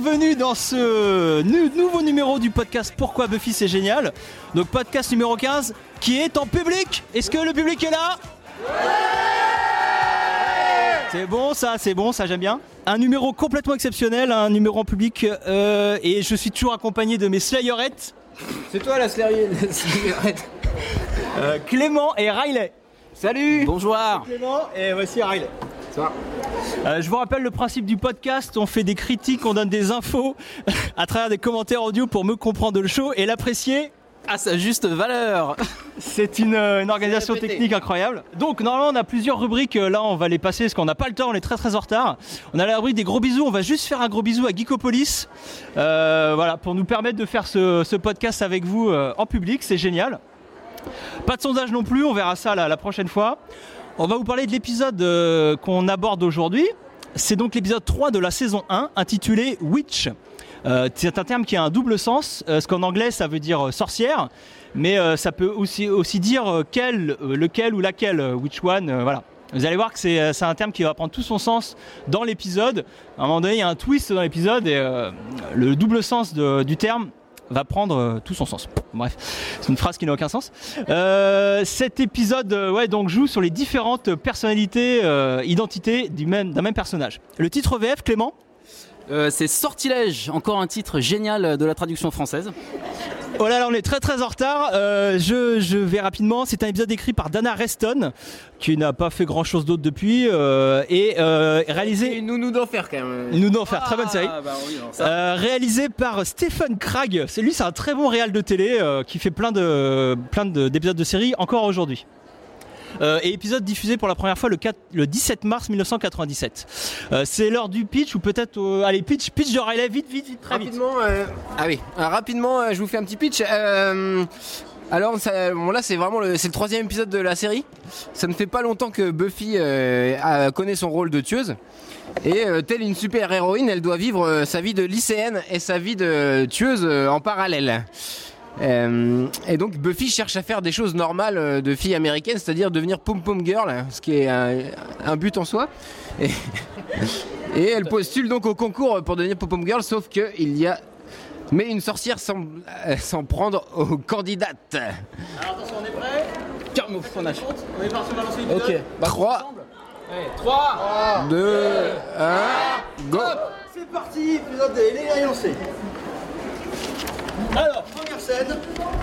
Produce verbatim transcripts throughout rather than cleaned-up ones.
bienvenue dans ce nu- nouveau numéro du podcast Pourquoi Buffy c'est génial. Donc podcast numéro quinze qui est en public. Est-ce que le public est là ? C'est bon ça, c'est bon, ça j'aime bien. Un numéro complètement exceptionnel, un numéro en public euh, et je suis toujours accompagné de mes Slayerettes. C'est toi la Slayerette. euh, Clément et Riley. Salut. Bonjour Clément et voici Riley. Ça. Euh, je vous rappelle le principe du podcast, on fait des critiques, on donne des infos à travers des commentaires audio pour mieux comprendre le show et l'apprécier à sa juste valeur. C'est une, une organisation technique incroyable. Donc normalement on a plusieurs rubriques, là on va les passer parce qu'on n'a pas le temps, on est très très en retard. On a la rubrique des gros bisous, on va juste faire un gros bisou à Geekopolis, euh, voilà, pour nous permettre de faire ce, ce podcast avec vous euh, en public, c'est génial. Pas de sondage non plus, on verra ça la, la prochaine fois. On va vous parler de l'épisode euh, qu'on aborde aujourd'hui. C'est donc l'épisode trois de la saison un, intitulé Witch. Euh, c'est un terme qui a un double sens, euh, parce qu'en anglais ça veut dire euh, sorcière, mais euh, ça peut aussi, aussi dire euh, quel, euh, lequel ou laquelle, euh, which one, euh, voilà. Vous allez voir que c'est, c'est un terme qui va prendre tout son sens dans l'épisode. À un moment donné, il y a un twist dans l'épisode et euh, le double sens de, du terme va prendre euh, tout son sens. Bref, c'est une phrase qui n'a aucun sens. Euh, cet épisode euh, ouais, donc, joue sur les différentes personnalités, euh, identités du même, d'un même personnage. Le titre V F, Clément ? Euh, c'est Sortilège, encore un titre génial de la traduction française. Oh là là, on est très très en retard. Euh, je, je vais rapidement. C'est un épisode écrit par Dana Reston, qui n'a pas fait grand chose d'autre depuis, euh, et euh, réalisé. Et nous nous d'enfer quand même. Nous nous d'enfer, très bonne série. Ah, bah oui, non, ça. Euh, réalisé par Stephen Cragg. C'est lui, c'est un très bon réal de télé euh, qui fait plein de plein de, d'épisodes de série encore aujourd'hui. Euh, et épisode diffusé pour la première fois le, quatre, le dix-sept mars mille neuf cent quatre-vingt-dix-sept. Euh, c'est l'heure du pitch ou peut-être euh, allez pitch pitch de Riley vite vite vite très vite. Rapidement. Euh... Ah oui. Euh, rapidement, euh, je vous fais un petit pitch. Euh... Alors ça, bon là c'est vraiment le, c'est le troisième épisode de la série. Ça ne fait pas longtemps que Buffy euh, a, connaît son rôle de tueuse. Et euh, telle une super héroïne, elle doit vivre euh, sa vie de lycéenne et sa vie de tueuse euh, en parallèle. Euh, et donc Buffy cherche à faire des choses normales euh, de fille américaine, c'est-à-dire devenir pom-pom girl, ce qui est un, un but en soi. Et, et elle postule donc au concours pour devenir pom-pom girl, sauf que il y a mais une sorcière semble euh, s'en prendre aux candidates. Alors attention, on est prêt ? Calme, on a. On est parti, on va lancer une Ok. Bah, trois, trois, deux, un, go. C'est parti, épisode de Léa lancé. Alors, première scène.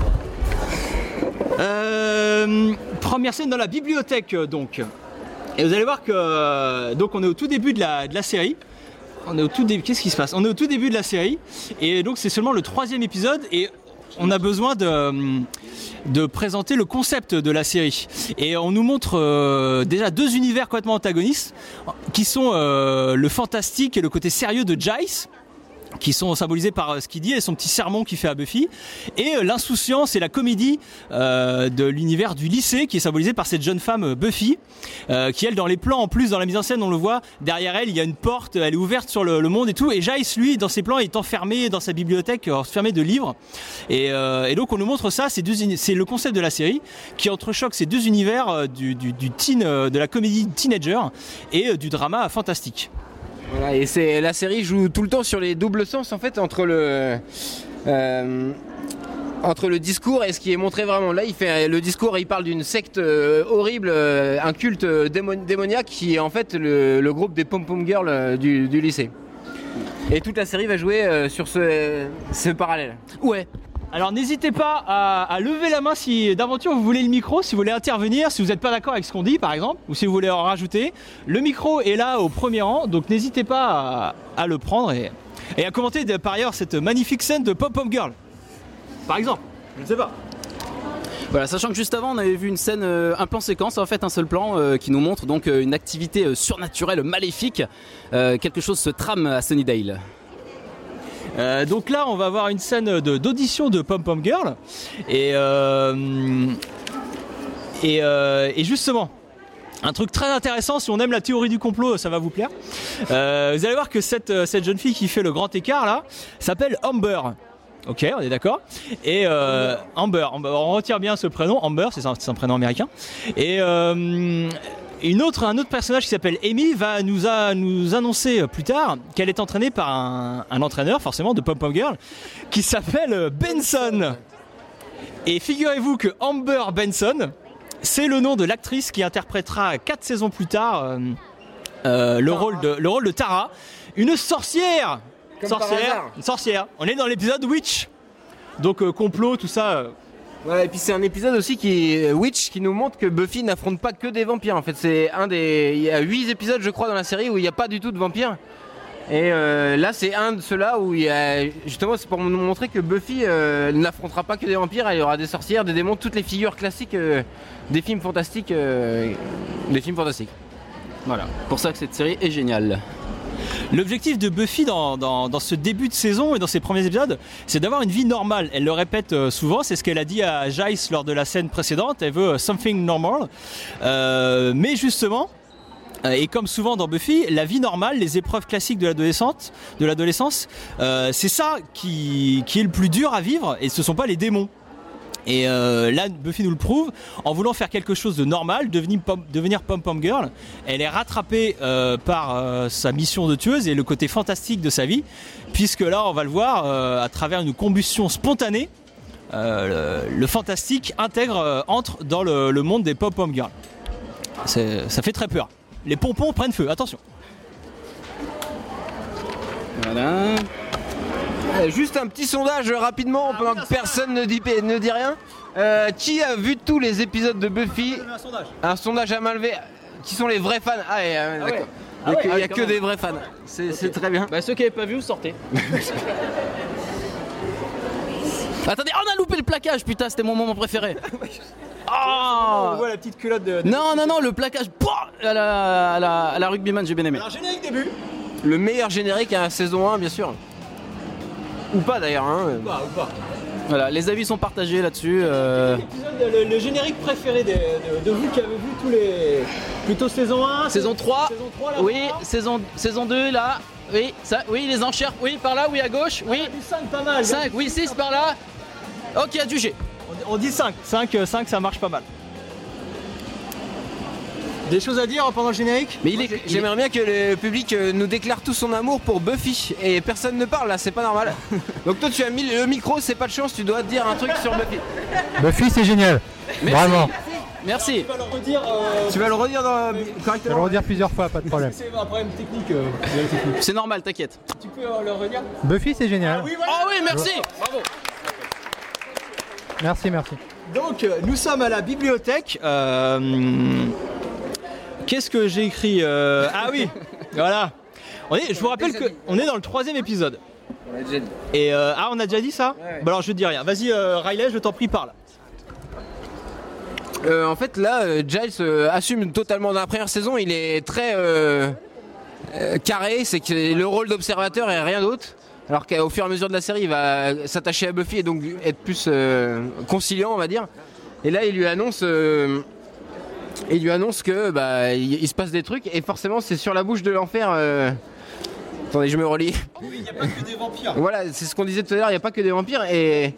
Euh, première scène dans la bibliothèque, donc. Et vous allez voir que euh, donc on est au tout début de la, de la série. On est au tout début. Qu'est-ce qui se passe ? On est au tout début de la série, et donc c'est seulement le troisième épisode, et on a besoin de de présenter le concept de la série. Et on nous montre euh, déjà deux univers complètement antagonistes, qui sont euh, le fantastique et le côté sérieux de Giles, qui sont symbolisés par euh, ce qu'il dit et son petit sermon qu'il fait à Buffy, et euh, l'insouciance et la comédie euh, de l'univers du lycée qui est symbolisé par cette jeune femme euh, Buffy, euh, qui elle dans les plans, en plus dans la mise en scène on le voit, derrière elle il y a une porte, elle est ouverte sur le, le monde et tout, et Giles lui dans ses plans est enfermé dans sa bibliothèque, enfermé de livres, et, euh, et donc on nous montre ça, c'est, deux, c'est le concept de la série qui entrechoque ces deux univers euh, du, du, du teen, euh, de la comédie teenager et euh, du drama fantastique. Voilà, et c'est la série joue tout le temps sur les doubles sens en fait entre le euh, entre le discours et ce qui est montré vraiment. Là, il fait le discours et il parle d'une secte euh, horrible, euh, un culte démon- démoniaque qui est en fait le, le groupe des pom-pom girls euh, du, du lycée. Et toute la série va jouer euh, sur ce, ce parallèle. Ouais. Alors n'hésitez pas à, à lever la main si d'aventure vous voulez le micro, si vous voulez intervenir, si vous n'êtes pas d'accord avec ce qu'on dit par exemple, ou si vous voulez en rajouter. Le micro est là au premier rang, donc n'hésitez pas à, à le prendre et, et à commenter de, par ailleurs cette magnifique scène de Pom-Pom Girl. Par exemple, je ne sais pas. Voilà, sachant que juste avant on avait vu une scène, euh, un plan séquence, en fait un seul plan euh, qui nous montre donc euh, une activité euh, surnaturelle, maléfique, euh, quelque chose se trame à Sunnydale. Euh, donc là on va avoir une scène de, d'audition de Pom Pom Girl et, euh, et, euh, et justement un truc très intéressant, si on aime la théorie du complot ça va vous plaire. Euh, vous allez voir que cette, cette jeune fille qui fait le grand écart là s'appelle Amber. Ok, on est d'accord. Et euh, Amber, Amber, on retire bien ce prénom, Amber, c'est un, c'est un prénom américain. Et euh, Une autre, un autre personnage qui s'appelle Amy va nous, a, nous annoncer plus tard qu'elle est entraînée par un, un entraîneur, forcément, de Pom Pom Girl, qui s'appelle Benson. Et figurez-vous que Amber Benson, c'est le nom de l'actrice qui interprétera quatre saisons plus tard euh, euh, le, rôle de, le rôle de Tara, une sorcière. Comme sorcière, une sorcière. On est dans l'épisode Witch. Donc euh, complot, tout ça. Euh, Ouais, et puis c'est un épisode aussi qui est Witch qui nous montre que Buffy n'affronte pas que des vampires. En fait, c'est un des, il y a huit épisodes, je crois, dans la série où il n'y a pas du tout de vampires. Et euh, là, c'est un de ceux-là où il y a justement, c'est pour nous montrer que Buffy euh, n'affrontera pas que des vampires. Il y aura des sorcières, des démons, toutes les figures classiques euh, des films fantastiques, euh, des films fantastiques. Voilà. Pour ça que cette série est géniale. L'objectif de Buffy dans, dans, dans ce début de saison et dans ses premiers épisodes, c'est d'avoir une vie normale. Elle le répète euh, souvent, c'est ce qu'elle a dit à Giles lors de la scène précédente. Elle veut euh, something normal. Euh, mais justement, euh, et comme souvent dans Buffy, la vie normale, les épreuves classiques de l'adolescence, de l'adolescence, euh, c'est ça qui, qui est le plus dur à vivre, et ce ne sont pas les démons. Et euh, là, Buffy nous le prouve, en voulant faire quelque chose de normal, devenir Pom, devenir Pom Pom Girl, elle est rattrapée euh, par euh, sa mission de tueuse et le côté fantastique de sa vie, puisque là, on va le voir, euh, à travers une combustion spontanée, euh, le, le fantastique intègre, euh, entre dans le, le monde des Pom Pom Girls. C'est, ça fait très peur. Les pompons prennent feu, attention. Voilà. Euh, juste un petit sondage rapidement pendant que personne ne dit, ne dit rien. Euh, qui a vu tous les épisodes de Buffy? Un sondage. Un sondage à main levée. Qui sont les vrais fans? Ah, ouais, euh, Ah ouais. d'accord. Ah Il n'y a ouais, que, ah il y a oui, que quand des même. vrais fans. C'est, c'est très bien. Bah, ceux qui n'avaient pas vu, vous sortez. Attendez, on a loupé le plaquage, putain, c'était mon moment préféré. On Oh voit la petite culotte de... de... non, non, non, le plaquage pouah, à la, à la, à la rugbyman, j'ai bien aimé. Alors, générique début. Le meilleur générique à la saison un, bien sûr. Ou pas d'ailleurs. Hein. Ou pas, ou pas. Voilà, les avis sont partagés là-dessus. Euh... Le, le générique préféré de, de, de vous qui avez vu tous les... Plutôt saison un, Saison trois, saison trois là, oui, par là. saison, saison deux, là, oui, ça, oui, les enchères, oui, par là, oui, à gauche, oui, Du cinq, pas mal. cinq, oui, six, par là, ok, adjugé. On, on dit cinq. cinq, cinq, ça marche pas mal. Des choses à dire pendant le générique? Mais il est, il est- J'aimerais bien que le public euh, nous déclare tout son amour pour Buffy. Et personne ne parle là, c'est pas normal. Donc toi tu as mis le micro, c'est pas de chance, tu dois te dire un truc sur Buffy. Buffy, c'est génial. Merci. Vraiment. Merci. Tu vas le redire euh, Tu vas le redire dans, Je vais le correctement. redire plusieurs fois, pas de problème. c'est un problème technique. euh, technique. C'est normal, t'inquiète. Tu peux euh, le redire? Buffy, c'est génial. Oui, voilà. Oh oui, merci. Bravo. Merci, merci. Donc euh, nous sommes à la bibliothèque. Euh, Qu'est-ce que j'ai écrit euh, Ah oui, voilà. On est, je vous rappelle qu'on est dans le troisième épisode. On l'a déjà dit. Et euh, ah, on a déjà dit ça? Ouais. Bah alors je dis rien. Vas-y, euh, Riley, je t'en prie, parle. Euh, en fait là, euh, Giles euh, assume totalement dans la première saison, il est très euh, euh, carré, c'est que le rôle d'observateur et rien d'autre. Alors qu'au fur et à mesure de la série, il va s'attacher à Buffy et donc être plus euh, conciliant, on va dire. Et là, il lui annonce, euh, il lui annonce que bah il, il se passe des trucs et forcément c'est sur la bouche de l'enfer. Euh... Attendez, je me relis. Oui, il n'y a pas que des vampires. Voilà, c'est ce qu'on disait tout à l'heure, il n'y a pas que des vampires et.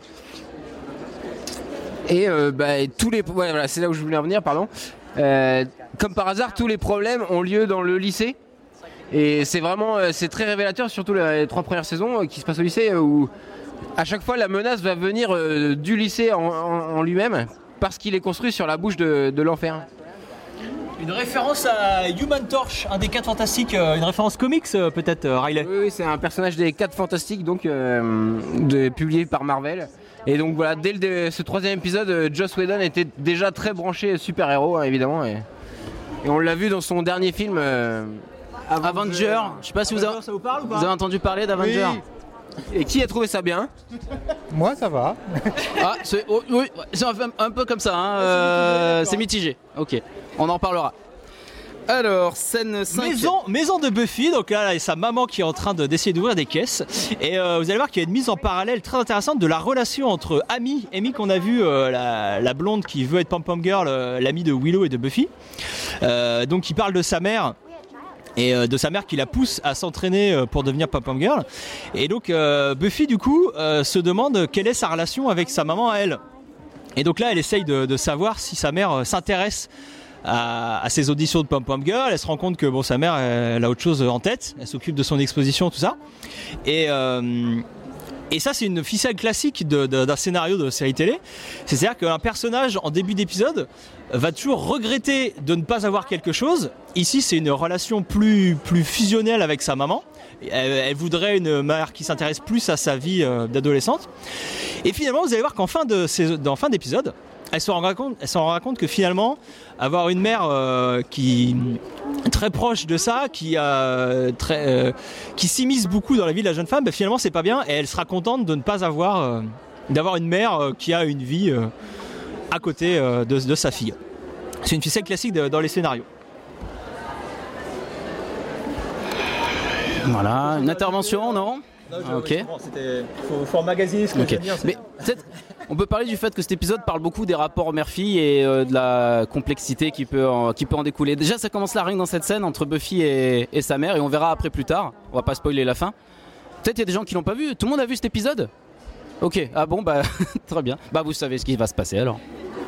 Et euh, bah, et tous les. Ouais, voilà, c'est là où je voulais en venir, pardon. Euh, comme par hasard, tous les problèmes ont lieu dans le lycée. Et c'est vraiment. euh, C'est très révélateur, surtout les trois premières saisons euh, qui se passent au lycée, euh, où à chaque fois la menace va venir euh, du lycée en, en- en lui-même, parce qu'il est construit sur la bouche de, de l'enfer. Une référence à Human Torch, un des quatre fantastiques, euh, une référence comics euh, peut-être, euh, Riley. Oui, oui, c'est un personnage des quatre fantastiques, donc euh, de, publié par Marvel. Et donc voilà, dès le, ce troisième épisode, euh, Joss Whedon était déjà très branché super-héros, hein, évidemment. Et, et on l'a vu dans son dernier film. Euh, Avenger, je sais pas si vous avez, Ça vous parle ou vous avez entendu parler d'Avenger. Et qui a trouvé ça bien? Moi, ça va. Ah, c'est, oh, oui, c'est un, un peu comme ça, hein, euh, c'est mitigé. Ok, on en parlera. Alors, scène cinq. Maison, maison de Buffy, donc là, là, il y a sa maman qui est en train de, d'essayer d'ouvrir des caisses. Et euh, vous allez voir qu'il y a une mise en parallèle très intéressante de la relation entre Amy, Amy qu'on a vu, euh, la, la blonde qui veut être Pom Pom Girl, euh, l'amie de Willow et de Buffy. Euh, donc il parle de sa mère. Et euh, de sa mère qui la pousse à s'entraîner euh, pour devenir Pom Pom Girl. Et donc euh, Buffy du coup euh, se demande quelle est sa relation avec sa maman à elle. Et donc là elle essaye de, de savoir si sa mère euh, s'intéresse à, à ses auditions de Pom Pom Girl. Elle se rend compte que bon, sa mère, elle, elle a autre chose en tête. Elle s'occupe de son exposition, tout ça. Et euh, Et ça, c'est une ficelle classique de, de, d'un scénario de série télé. C'est-à-dire qu'un personnage, en début d'épisode, va toujours regretter de ne pas avoir quelque chose. Ici, c'est une relation plus, plus fusionnelle avec sa maman. Elle, elle voudrait une mère qui s'intéresse plus à sa vie euh, d'adolescente. Et finalement, vous allez voir qu'en fin, de ces, en fin d'épisode, elle se rendra compte, elle se rendra compte que finalement, avoir une mère euh, qui très proche de ça, qui a très, euh, qui s'immisce beaucoup dans la vie de la jeune femme, ben finalement c'est pas bien, et elle sera contente de ne pas avoir, euh, d'avoir une mère euh, qui a une vie euh, à côté euh, de, de sa fille. C'est une ficelle classique de, dans les scénarios. Voilà, une intervention, non? Non, je, ok. Oui, c'était, faut, faut emmagasiner ce que okay. j'aime bien. Mais peut-être, on peut parler du fait que cet épisode parle beaucoup des rapports mère-fille et euh, de la complexité qui peut, en, qui peut en découler. Déjà, ça commence là rien que dans cette scène entre Buffy et, et sa mère, et on verra après plus tard. On va pas spoiler la fin. Peut-être il y a des gens qui l'ont pas vu. Tout le monde a vu cet épisode? Ok. Ah bon, bah très bien. Bah vous savez ce qui va se passer alors.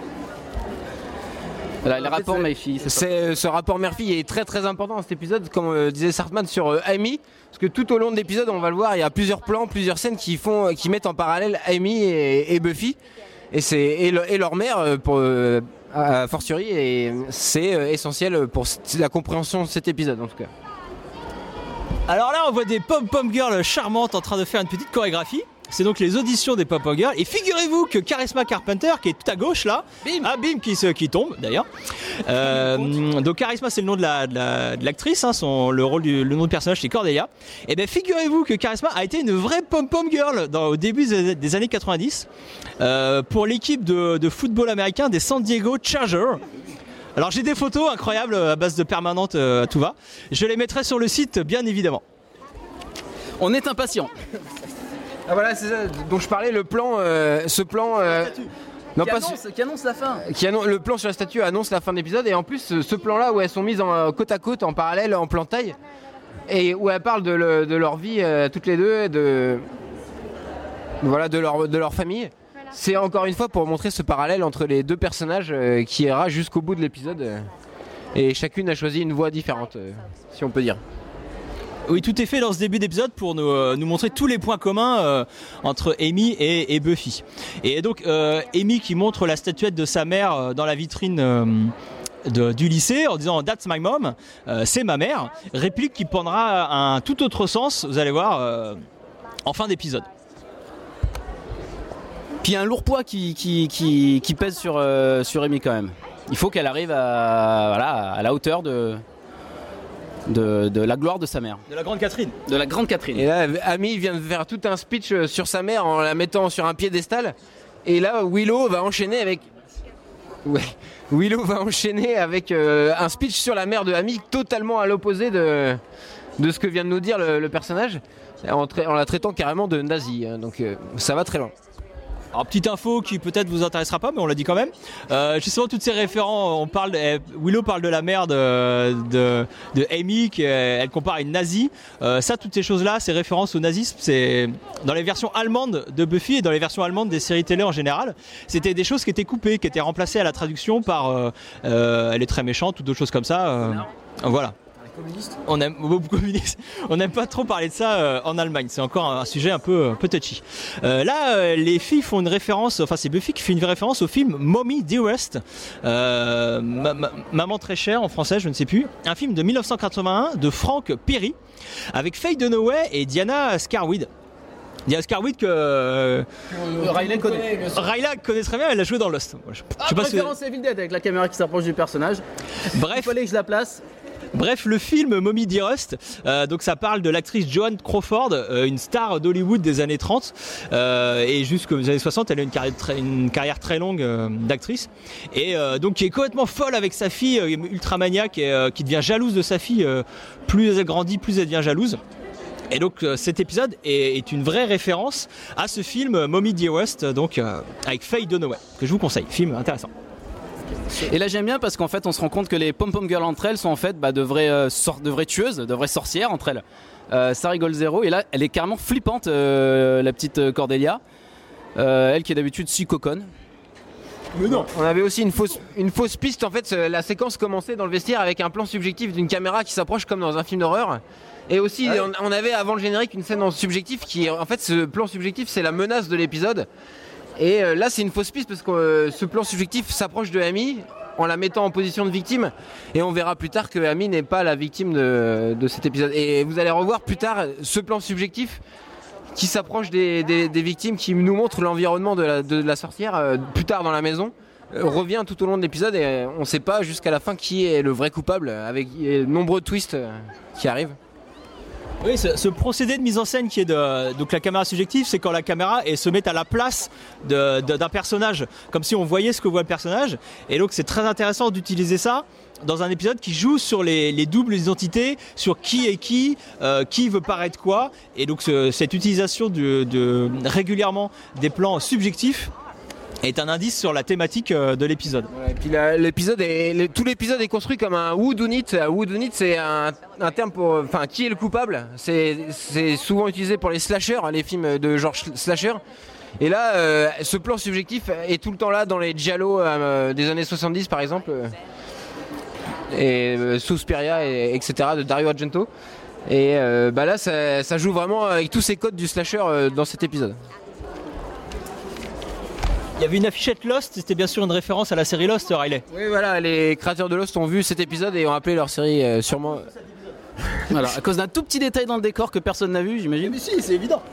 Voilà, les rapports mère-fille. C'est c'est, ce rapport mère-fille est très très important dans cet épisode, comme euh, disait Sartman sur euh, Amy, parce que tout au long de l'épisode, on va le voir, il y a plusieurs plans, plusieurs scènes qui font, qui mettent en parallèle Amy et, et Buffy, et c'est et, le, et leur mère euh, pour euh, a fortiori, et c'est euh, essentiel pour la compréhension de cet épisode en tout cas. Alors là, on voit des pom-pom girls charmantes en train de faire une petite chorégraphie. C'est donc les auditions des Pom Pom Girls. Et figurez-vous que Charisma Carpenter, qui est tout à gauche là, bim, ah bim, qui, se, qui tombe d'ailleurs. Euh, donc Charisma, c'est le nom de, la, de, la, de l'actrice, hein, son, le rôle du le nom de personnage, c'est Cordelia. Et bien figurez-vous que Charisma a été une vraie Pom Pom Girl dans, au début des années quatre-vingt-dix euh, pour l'équipe de, de football américain des San Diego Chargers. Alors j'ai des photos incroyables à base de permanentes euh, à tout va. Je les mettrai sur le site, bien évidemment. On est impatients. Ah voilà, c'est ça dont je parlais, le plan, euh, ce plan... Euh, non, qui, pas annonce, su- qui annonce la fin. qui annonce, le plan sur la statue annonce la fin de l'épisode, et en plus ce, ce plan-là où elles sont mises en, euh, côte à côte, en parallèle, en plan taille, et où elles parlent de, le, de leur vie euh, toutes les deux, de, voilà, de, leur, de leur famille. C'est encore une fois pour montrer ce parallèle entre les deux personnages euh, qui ira jusqu'au bout de l'épisode, euh, et chacune a choisi une voie différente, euh, si on peut dire. Oui, tout est fait dans ce début d'épisode pour nous, euh, nous montrer tous les points communs euh, entre Amy et, et Buffy. Et donc, euh, Amy qui montre la statuette de sa mère euh, dans la vitrine euh, de, du lycée en disant « That's my mom euh, », c'est ma mère. Réplique qui prendra un tout autre sens, vous allez voir, euh, en fin d'épisode. Puis il y a un lourd poids qui, qui, qui, qui pèse sur, euh, sur Amy quand même. Il faut qu'elle arrive à, voilà, à la hauteur de... De, de la gloire de sa mère. De la grande Catherine. De la grande Catherine. Et là, Amy vient de faire tout un speech sur sa mère en la mettant sur un piédestal. Et là, Willow va enchaîner avec... Ouais. Willow va enchaîner avec euh, un speech sur la mère de Amy totalement à l'opposé de, de ce que vient de nous dire le, le personnage, en, tra- en la traitant carrément de nazie. Hein. Donc euh, ça va très loin. Alors petite info qui peut-être vous intéressera pas, mais on l'a dit quand même. Euh, justement, toutes ces références, on parle, eh, Willow parle de la mère de, de, de Amy, qu'elle compare à une nazie. Euh, ça, toutes ces choses-là, ces références au nazisme, c'est dans les versions allemandes de Buffy et dans les versions allemandes des séries télé en général. C'était des choses qui étaient coupées, qui étaient remplacées à la traduction par euh, euh, elle est très méchante ou d'autres choses comme ça. Euh, voilà. On aime beaucoup communistes. On n'aime pas trop parler de ça euh, en Allemagne. C'est encore un, un sujet un peu, un peu touchy. Euh, là, euh, les filles font une référence. Enfin, c'est Buffy qui fait une référence au film Mommy Dearest, euh, ma, ma, Maman très chère en français, je ne sais plus. Un film de dix-neuf cent quatre-vingt-un de Frank Perry avec Faye Dunaway et Diana Scarwid. Diana Scarwid que euh, Riley connaît. Riley connaît très bien. Elle a joué dans Lost. Je, je Ah, sais pas référence si... Evil Dead avec la caméra qui s'approche du personnage. Bref. Il fallait que je la place. Bref, le film Mommy Dearest, euh, donc ça parle de l'actrice Joan Crawford, euh, une star d'Hollywood des années trente, euh, et jusqu'aux années soixante, elle a une carrière très, une carrière très longue euh, d'actrice, et euh, donc qui est complètement folle avec sa fille, euh, ultra maniaque, et euh, qui devient jalouse de sa fille. Euh, plus elle grandit, plus elle devient jalouse. Et donc euh, cet épisode est, est une vraie référence à ce film Mommy Dearest, donc euh, avec Faye Dunaway, que je vous conseille, film intéressant. Et là j'aime bien parce qu'en fait on se rend compte que les pom-pom girls entre elles sont en fait bah, de, vraies, euh, sor- de vraies tueuses, de vraies sorcières entre elles. Euh, ça rigole zéro, et là elle est carrément flippante, euh, la petite Cordelia, euh, elle qui est d'habitude si coconne. Mais non. On avait aussi une fausse, une fausse piste. En fait, la séquence commençait dans le vestiaire avec un plan subjectif d'une caméra qui s'approche comme dans un film d'horreur. Et aussi, ah ouais. on, on avait avant le générique une scène en subjectif qui, en fait, ce plan subjectif, c'est la menace de l'épisode. Et euh, là, c'est une fausse piste parce que euh, ce plan subjectif s'approche de Amy en la mettant en position de victime. Et on verra plus tard que Amy n'est pas la victime de, de cet épisode. Et vous allez revoir plus tard ce plan subjectif qui s'approche des, des, des victimes, qui nous montre l'environnement de la, de la sorcière euh, plus tard dans la maison. Euh, revient tout au long de l'épisode et euh, on ne sait pas jusqu'à la fin qui est le vrai coupable avec de nombreux twists euh, qui arrivent. Oui, ce, ce procédé de mise en scène qui est de donc la caméra subjective, c'est quand la caméra et se met à la place de, de, d'un personnage, comme si on voyait ce que voit le personnage. Et donc c'est très intéressant d'utiliser ça dans un épisode qui joue sur les, les doubles identités, sur qui est qui, euh, qui veut paraître quoi. Et donc ce, cette utilisation de, de régulièrement des plans subjectifs est un indice sur la thématique de l'épisode. Ouais, et puis la, l'épisode est, le, tout l'épisode est construit comme un whodunit. Whodunit, c'est un, un terme pour, enfin, qui est le coupable. C'est, c'est souvent utilisé pour les slashers, hein, les films de genre slasher. Et là, euh, ce plan subjectif est tout le temps là dans les giallo euh, des années soixante-dix, par exemple, euh, et euh, Suspiria, et, etc. de Dario Argento. Et euh, bah là, ça, ça joue vraiment avec tous ces codes du slasher euh, dans cet épisode. Il y avait une affichette Lost, c'était bien sûr une référence à la série Lost, Riley. Oui, voilà, les créateurs de Lost ont vu cet épisode et ont appelé leur série euh, sûrement. Voilà, à cause d'un tout petit détail dans le décor que personne n'a vu, j'imagine. Mais si, c'est évident.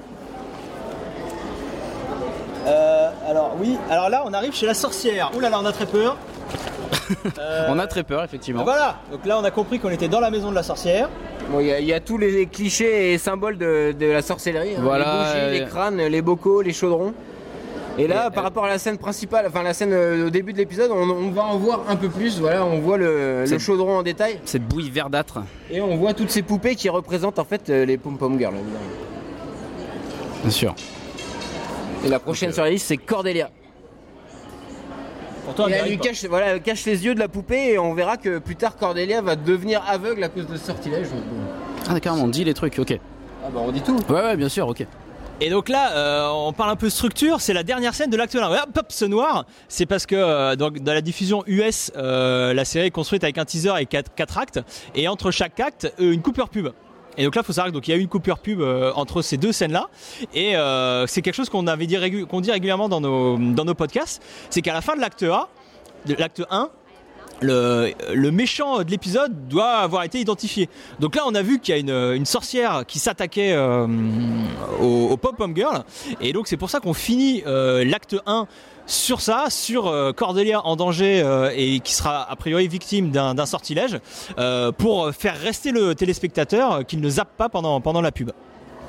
Euh, alors oui, alors là on arrive chez la sorcière. Ouh là là, on a très peur. euh... On a très peur, effectivement. Voilà, donc là on a compris qu'on était dans la maison de la sorcière. Bon, il y, y a tous les clichés et symboles de, de la sorcellerie. Hein. Voilà, les bougies, euh... les crânes, les bocaux, les chaudrons. Et là, et par euh... rapport à la scène principale, enfin la scène euh, au début de l'épisode, on, on va en voir un peu plus. Voilà, on voit le, le chaudron en détail. Cette bouille verdâtre. Et on voit toutes ces poupées qui représentent en fait euh, les pom-pom girls. Bien sûr. Et la prochaine okay. sur la liste, c'est Cordelia. Pourtant, et elle lui cache, voilà, elle cache les yeux de la poupée et on verra que plus tard Cordelia va devenir aveugle à cause de ce sortilège. Ah carrément, on dit les trucs, ok. Ah bah on dit tout. Ouais ouais, bien sûr, ok. Et donc là, euh, on parle un peu structure, c'est la dernière scène de l'acte un. Hop, hop, ce noir, c'est parce que euh, donc, dans la diffusion U S, euh, la série est construite avec un teaser et quatre, quatre actes, et entre chaque acte, euh, une coupure pub. Et donc là, il faut savoir qu'il y a eu une coupure pub euh, entre ces deux scènes-là, et euh, c'est quelque chose qu'on avait dit, régu- qu'on dit régulièrement dans nos, dans nos podcasts, c'est qu'à la fin de l'acte A, de l'acte un, Le, le méchant de l'épisode doit avoir été identifié. Donc là on a vu qu'il y a une, une sorcière qui s'attaquait euh, au, au Pom-Pom Girl, et donc c'est pour ça qu'on finit euh, l'acte un sur ça, sur euh, Cordelia en danger euh, et qui sera a priori victime d'un, d'un sortilège, euh, pour faire rester le téléspectateur euh, qu'il ne zappe pas pendant, pendant la pub.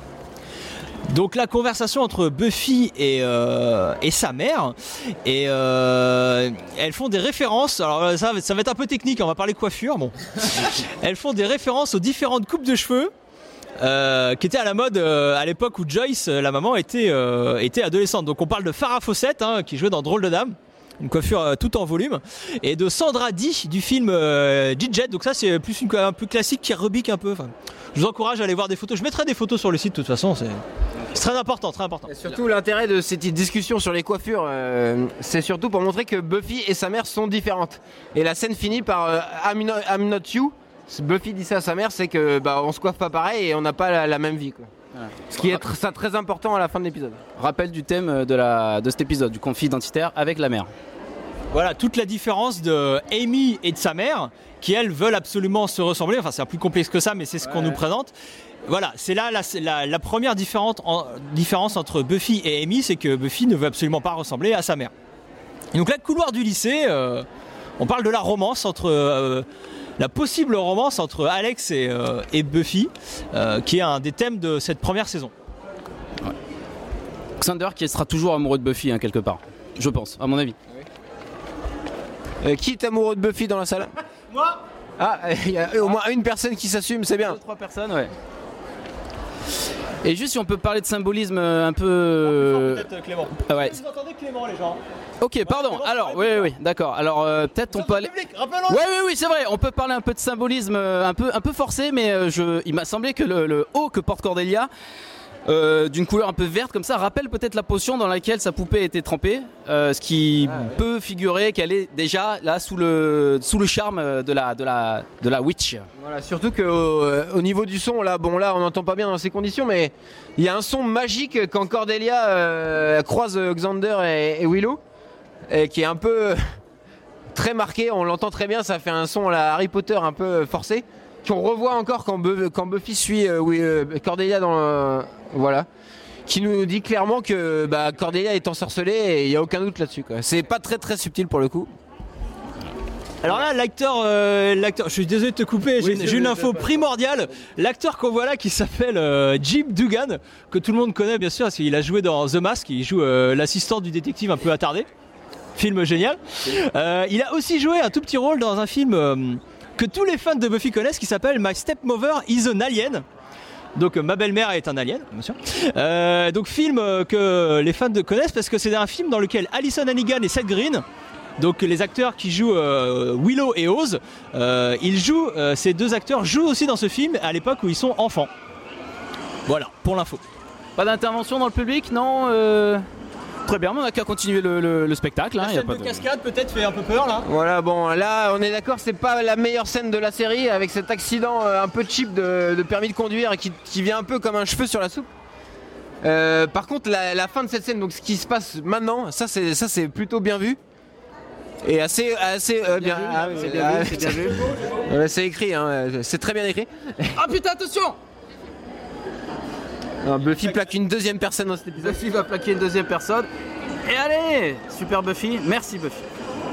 Donc la conversation entre Buffy et, euh, et sa mère, et euh, elles font des références, alors ça, ça va être un peu technique, on va parler coiffure, bon. Elles font des références aux différentes coupes de cheveux euh, qui étaient à la mode euh, à l'époque où Joyce, la maman, était, euh, était adolescente. Donc on parle de Farrah Fawcett, hein, qui jouait dans Drôle de Dame, une coiffure euh, tout en volume, et de Sandra Dee du film euh, Gidget. Donc ça c'est plus une, un peu classique qui rebique un peu. Enfin, je vous encourage à aller voir des photos, je mettrai des photos sur le site de toute façon, c'est... C'est très important, très important. Et surtout l'intérêt de cette discussion sur les coiffures, euh, c'est surtout pour montrer que Buffy et sa mère sont différentes. Et la scène finit par euh, I'm, not, I'm not you. Buffy dit ça à sa mère, c'est que bah on se coiffe pas pareil et on n'a pas la, la même vie, quoi. Voilà. Ce qui est tr- ça, très important à la fin de l'épisode. Rappel du thème de, la, de cet épisode, du conflit identitaire avec la mère. Voilà, toute la différence de Amy et de sa mère, qui elles veulent absolument se ressembler. Enfin, c'est un plus complexe que ça, mais c'est ce ouais. qu'on nous présente. Voilà, c'est là la, la, la première différente, en, différence entre Buffy et Amy, c'est que Buffy ne veut absolument pas ressembler à sa mère. Et donc là, le couloir du lycée, euh, on parle de la romance entre... Euh, la possible romance entre Alex et, euh, et Buffy, euh, qui est un des thèmes de cette première saison. Ouais. Xander qui sera toujours amoureux de Buffy, hein, quelque part, je pense, à mon avis. Euh, qui est amoureux de Buffy dans la salle ? Moi ? Ah, il y a au moins une personne qui s'assume, c'est bien. Deux, trois personnes, ouais. Et juste si on peut parler de symbolisme un peu... Peut-être Clément. Ah ouais. Vous entendez Clément, les gens ? Ok, ouais, pardon. Clément, alors, oui, oui, oui, d'accord. Alors, euh, peut-être on peut aller... Oui, oui, oui, c'est vrai. On peut parler un peu de symbolisme, un peu, un peu forcé, mais je... il m'a semblé que le, le haut que porte Cordelia euh, d'une couleur un peu verte comme ça, rappelle peut-être la potion dans laquelle sa poupée était trempée, euh, ce qui ah, ouais. peut figurer qu'elle est déjà là sous le sous le charme de la de la de la witch. Voilà, surtout que au, au niveau du son là, bon là on n'entend pas bien dans ces conditions, mais il y a un son magique quand Cordelia euh, croise Xander et, et Willow, et qui est un peu très marqué. On l'entend très bien, ça fait un son à la Harry Potter un peu forcé, qu'on revoit encore quand, Be- quand Buffy suit euh, oui, euh, Cordelia dans euh, voilà, qui nous dit clairement que bah, Cordelia est ensorcelée et il n'y a aucun doute là-dessus, quoi. C'est pas très très subtil pour le coup. Alors là, l'acteur, euh, l'acteur, je suis désolé de te couper, oui, j'ai, j'ai une info primordiale. L'acteur qu'on voit là, qui s'appelle euh, Jim Dugan, que tout le monde connaît bien sûr, parce qu'il a joué dans The Mask, il joue euh, l'assistant du détective un peu attardé. Film génial. Euh, il a aussi joué un tout petit rôle dans un film euh, que tous les fans de Buffy connaissent, qui s'appelle My Stepmother is an Alien. Donc euh, ma belle-mère est un alien, bien sûr. Euh, donc film euh, que les fans de connaissent parce que c'est un film dans lequel Alyson Hannigan et Seth Green, donc les acteurs qui jouent euh, Willow et Oz, euh, ils jouent, euh, ces deux acteurs jouent aussi dans ce film à l'époque où ils sont enfants. Voilà, pour l'info. Pas d'intervention dans le public, non euh... Très bien, on n'a qu'à continuer le, le, le spectacle. La hein, scène y a pas de, de cascade peut-être fait un peu peur là. Voilà, bon là on est d'accord, c'est pas la meilleure scène de la série, avec cet accident euh, un peu cheap de, de permis de conduire qui, qui vient un peu comme un cheveu sur la soupe. Euh, par contre la, la fin de cette scène, donc ce qui se passe maintenant, ça c'est, ça, c'est plutôt bien vu. Et assez, assez euh, bien, bien, ah, vu, c'est bien ah, vu, c'est bien vu. Ouais, c'est écrit, hein, c'est très bien écrit. Ah putain, attention! Alors, Buffy plaque une deuxième personne dans cet épisode. Buffy va plaquer une deuxième personne. Et allez, super Buffy, merci Buffy.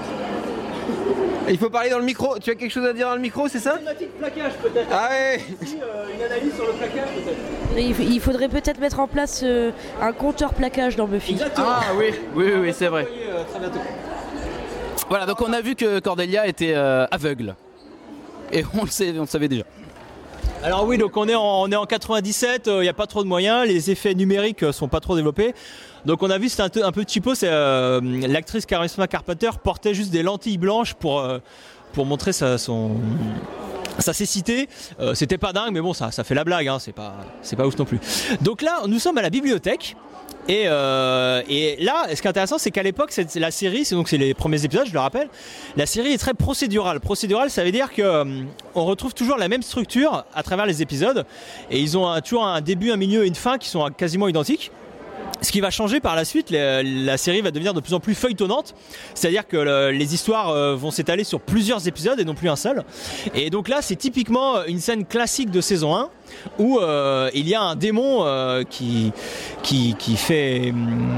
Il faut parler dans le micro. Tu as quelque chose à dire dans le micro, c'est ça? Thématique plaquage peut-être. Ah ouais. Ici, euh, une analyse sur le plaquage peut-être. Il, il faudrait peut-être mettre en place euh, un compteur plaquage dans Buffy. Exactement. Ah oui, oui, oui, oui, c'est vrai. Euh, très bientôt. Voilà, donc on a vu que Cordelia était euh, aveugle. Et on le sait, on le savait déjà. Alors oui, donc on est en, on est en quatre-vingt-dix-sept, il euh, n'y a pas trop de moyens, les effets numériques euh, sont pas trop développés. Donc on a vu, c'était un, un peu cheapo, c'est euh, l'actrice Charisma Carpenter portait juste des lentilles blanches pour, euh, pour montrer sa, son, sa cécité. Euh, c'était pas dingue, mais bon, ça, ça fait la blague, hein, c'est pas, c'est pas ouf non plus. Donc là, nous sommes à la bibliothèque. Et, euh, et là, ce qui est intéressant, c'est qu'à l'époque, c'est la série, c'est donc c'est les premiers épisodes, je le rappelle. La série est très procédurale. Procédurale, ça veut dire que euh, on retrouve toujours la même structure à travers les épisodes, et ils ont un, toujours un début, un milieu et une fin qui sont quasiment identiques. Ce qui va changer par la suite, la, la série va devenir de plus en plus feuilletonnante, c'est-à-dire que le, les histoires euh, vont s'étaler sur plusieurs épisodes et non plus un seul. Et donc là, c'est typiquement une scène classique de saison un où euh, il y a un démon euh, qui, qui, qui fait...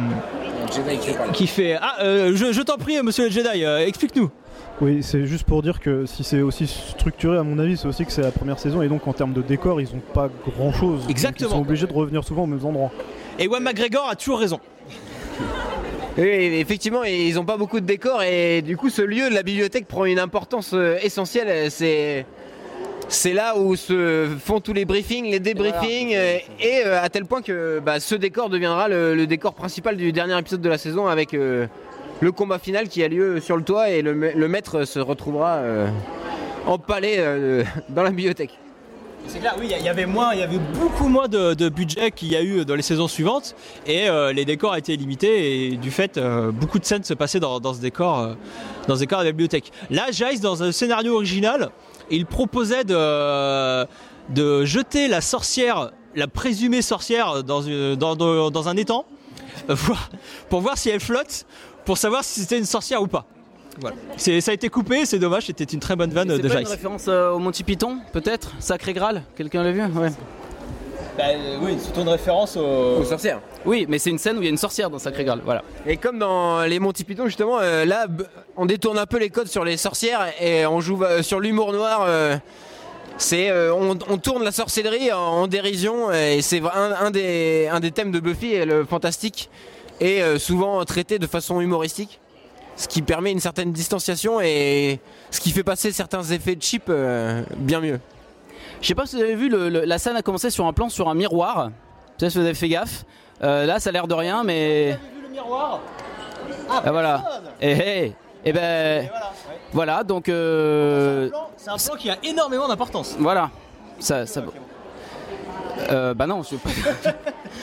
qui fait... Ah, euh, je, je t'en prie, monsieur le Jedi, euh, explique-nous. Oui, c'est juste pour dire que si c'est aussi structuré, à mon avis, c'est aussi que c'est la première saison et donc en termes de décor, ils n'ont pas grand-chose. Exactement. Donc ils sont obligés de revenir souvent aux mêmes endroits. Et Ewan McGregor a toujours raison. Oui, effectivement, ils n'ont pas beaucoup de décors et du coup, ce lieu de la bibliothèque prend une importance euh, essentielle. C'est, c'est là où se font tous les briefings, les débriefings, euh, et euh, à tel point que bah, ce décor deviendra le, le décor principal du dernier épisode de la saison avec euh, le combat final qui a lieu sur le toit et le, le maître se retrouvera euh, empalé euh, dans la bibliothèque. C'est clair, oui, il y avait moins, il y avait beaucoup moins de, de budget qu'il y a eu dans les saisons suivantes, et euh, les décors étaient limités, et du fait, euh, beaucoup de scènes se passaient dans, dans ce décor, euh, dans ce décor de la bibliothèque. Là, Jace, dans un scénario original, il proposait de, de jeter la sorcière, la présumée sorcière, dans, une, dans, dans, dans un étang, pour voir si elle flotte, pour savoir si c'était une sorcière ou pas. Voilà. C'est, ça a été coupé, c'est dommage, c'était une très bonne vanne c'est de pas Jace. une référence euh, au Monty Python, peut-être? Sacré Graal, quelqu'un l'a vu? Ouais. Bah, euh, oui, c'est une référence au... aux sorcières. Oui, mais c'est une scène où il y a une sorcière dans Sacré Graal, voilà. Et comme dans les Monty Python, justement, euh, là, b- on détourne un peu les codes sur les sorcières et on joue euh, sur l'humour noir. Euh, c'est, euh, on, on tourne la sorcellerie en, en dérision, et c'est un, un, des, un des thèmes de Buffy, le fantastique, et euh, souvent traité de façon humoristique. Ce qui permet une certaine distanciation et ce qui fait passer certains effets cheap euh, bien mieux. Je sais pas si vous avez vu, le, le, la scène a commencé sur un plan sur un miroir. Je sais pas si vous avez fait gaffe. Euh, là, ça a l'air de rien, mais. Vous avez vu le miroir? Ah, ah voilà. Et hey, et ben. Et voilà, ouais. Voilà, donc. Euh... C'est, un plan, c'est un plan qui a énormément d'importance. Voilà. Ça, ça... Okay, bon. Euh, bah non, je sais pas.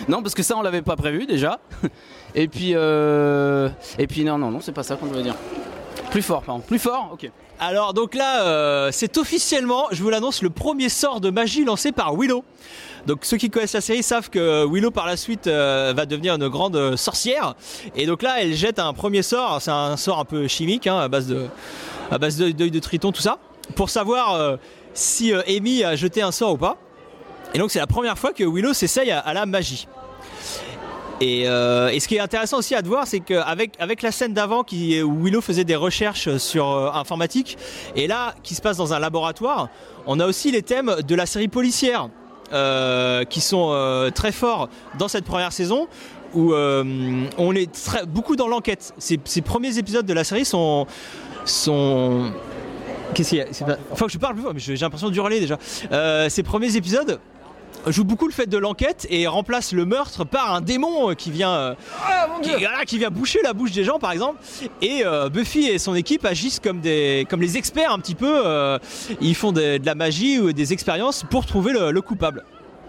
Non, parce que ça, on l'avait pas prévu déjà. Et puis, euh... et puis non, non, non, c'est pas ça qu'on devait dire. Plus fort, pardon. Plus fort, ok. Alors donc là, euh, c'est officiellement, je vous l'annonce, le premier sort de magie lancé par Willow. Donc ceux qui connaissent la série savent que Willow par la suite euh, va devenir une grande sorcière. Et donc là, elle jette un premier sort. C'est un sort un peu chimique, hein, à base de, à base d'œil de, de triton, tout ça, pour savoir euh, si euh, Amy a jeté un sort ou pas. Et donc c'est la première fois que Willow s'essaye à, à la magie. Et, euh, et ce qui est intéressant aussi à te voir, c'est qu'avec avec la scène d'avant qui, où Willow faisait des recherches sur euh, informatique, et là qui se passe dans un laboratoire, on a aussi les thèmes de la série policière euh, qui sont euh, très forts dans cette première saison, où euh, on est très, beaucoup dans l'enquête. Ces, ces premiers épisodes de la série sont... sont Qu'est-ce qu'il y a c'est pas... Faut que je parle plus fort, mais j'ai l'impression d'hurler déjà. Euh, ces premiers épisodes joue beaucoup le fait de l'enquête et remplace le meurtre par un démon qui vient, euh, qui, voilà, qui vient boucher la bouche des gens par exemple. Et euh, Buffy et son équipe agissent comme, des, comme les experts un petit peu. Euh, ils font des, de la magie ou des expériences pour trouver le, le coupable.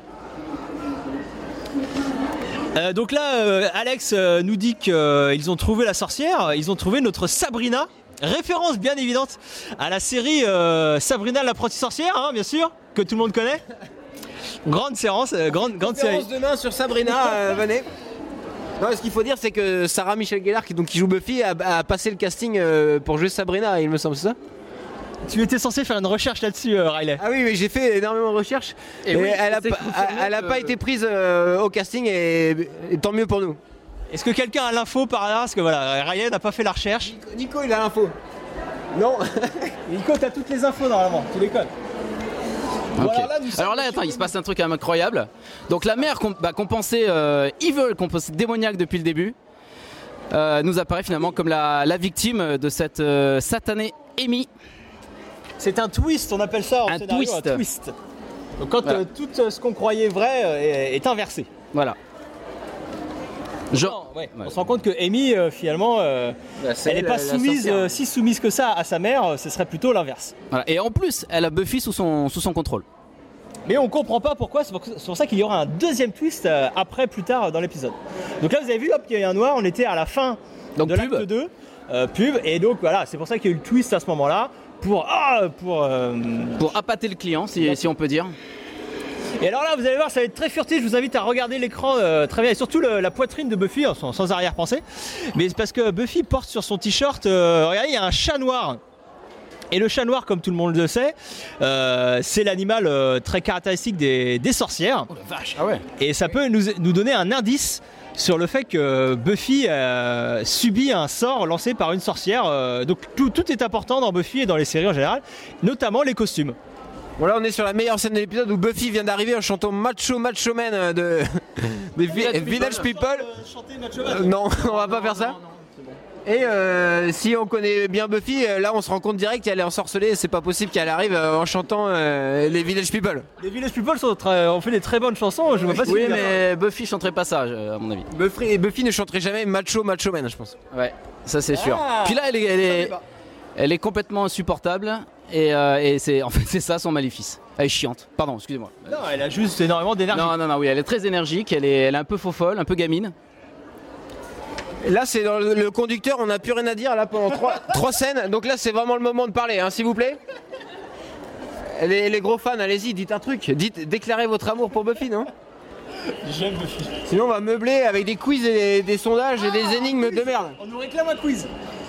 Euh, donc là, euh, Alex euh, nous dit qu'ils euh, ont trouvé la sorcière, ils ont trouvé notre Sabrina. Référence bien évidente à la série euh, Sabrina l'apprentie sorcière, hein, bien sûr, que tout le monde connaît. Grande séance, euh, grande, grande série. Demain sur Sabrina, euh, venez. Non, ce qu'il faut dire, c'est que Sarah Michelle Gellar, qui, donc, qui joue Buffy, a, a passé le casting euh, pour jouer Sabrina, il me semble, c'est ça? Tu étais censé faire une recherche là-dessus, euh, Riley. Ah oui, mais j'ai fait énormément de recherches. Et, et oui, elle n'a pas, elle a que... pas été prise euh, au casting, et, et tant mieux pour nous. Est-ce que quelqu'un a l'info par là? Parce que voilà, Riley n'a pas fait la recherche. Nico, Nico il a l'info. Non. Nico, t'as toutes les infos normalement, tu déconnes. Okay. Bon, alors là, alors là attends, il se passe un truc incroyable. Donc la mère qu'on bah, qu'on pensait euh, evil, qu'on pensait démoniaque depuis le début, euh, nous apparaît finalement comme la, la victime de cette euh, satanée Amy. C'est un twist, on appelle ça en un scénario, twist. un twist. Donc quand voilà. euh, tout euh, ce qu'on croyait vrai euh, est, est inversé. Voilà. Genre, non, ouais. Ouais. On se rend compte que Amy euh, finalement euh, bah, elle n'est pas la, soumise, la euh, si soumise que ça à sa mère, euh, ce serait plutôt l'inverse. Voilà. Et en plus, elle a Buffy sous son, sous son contrôle. Mais on comprend pas pourquoi, c'est pour, pour ça qu'il y aura un deuxième twist euh, après, plus tard dans l'épisode. Donc là vous avez vu, hop, il y a eu un noir, on était à la fin donc, de l'acte deux, euh, pub, et donc voilà, c'est pour ça qu'il y a eu le twist à ce moment-là, pour, ah, pour, euh, pour appâter le client, si, si on peut dire. Et alors là, vous allez voir, ça va être très furtif. Je vous invite à regarder l'écran euh, très bien, et surtout le, la poitrine de Buffy, sans, sans arrière-pensée. Mais c'est parce que Buffy porte sur son t-shirt, euh, regardez, il y a un chat noir. Et le chat noir, comme tout le monde le sait, euh, c'est l'animal euh, très caractéristique des, des sorcières. Oh la vache, ah ouais. Et ça peut nous, nous donner un indice sur le fait que Buffy euh, subit un sort lancé par une sorcière. Euh, donc tout, tout est important dans Buffy et dans les séries en général, notamment les costumes. Bon là on est sur la meilleure scène de l'épisode où Buffy vient d'arriver en chantant Macho Macho Man de des Village, Village People. People. Euh, non, on va pas faire ça. Non, non, bon. Et euh, si on connaît bien Buffy, là on se rend compte direct qu'elle est ensorcelée. C'est pas possible qu'elle arrive en chantant euh, les Village People. Les Village People sont très, ont fait des très bonnes chansons. Je vois pas si oui, mais Buffy chanterait pas ça, à mon avis. Buffy, Buffy ne chanterait jamais Macho Macho Man, je pense. Ouais, ça c'est sûr. Ah, puis là elle est, elle est, elle est complètement insupportable. Et, euh, et c'est en fait c'est ça son maléfice. Elle est chiante. Pardon, excusez-moi. Non, elle a juste énormément d'énergie. Non, non, non, oui, elle est très énergique. Elle est, elle est un peu faux folle, un peu gamine. Et là, c'est dans le, le conducteur. On n'a plus rien à dire là pendant trois, trois scènes. Donc là, c'est vraiment le moment de parler, hein, s'il vous plaît. Les, les gros fans, allez-y, dites un truc. Dites, déclarez votre amour pour Buffy, non? J'aime Buffy. Sinon, on va meubler avec des quiz et des, des sondages ah, et des énigmes de merde. On nous réclame un quiz.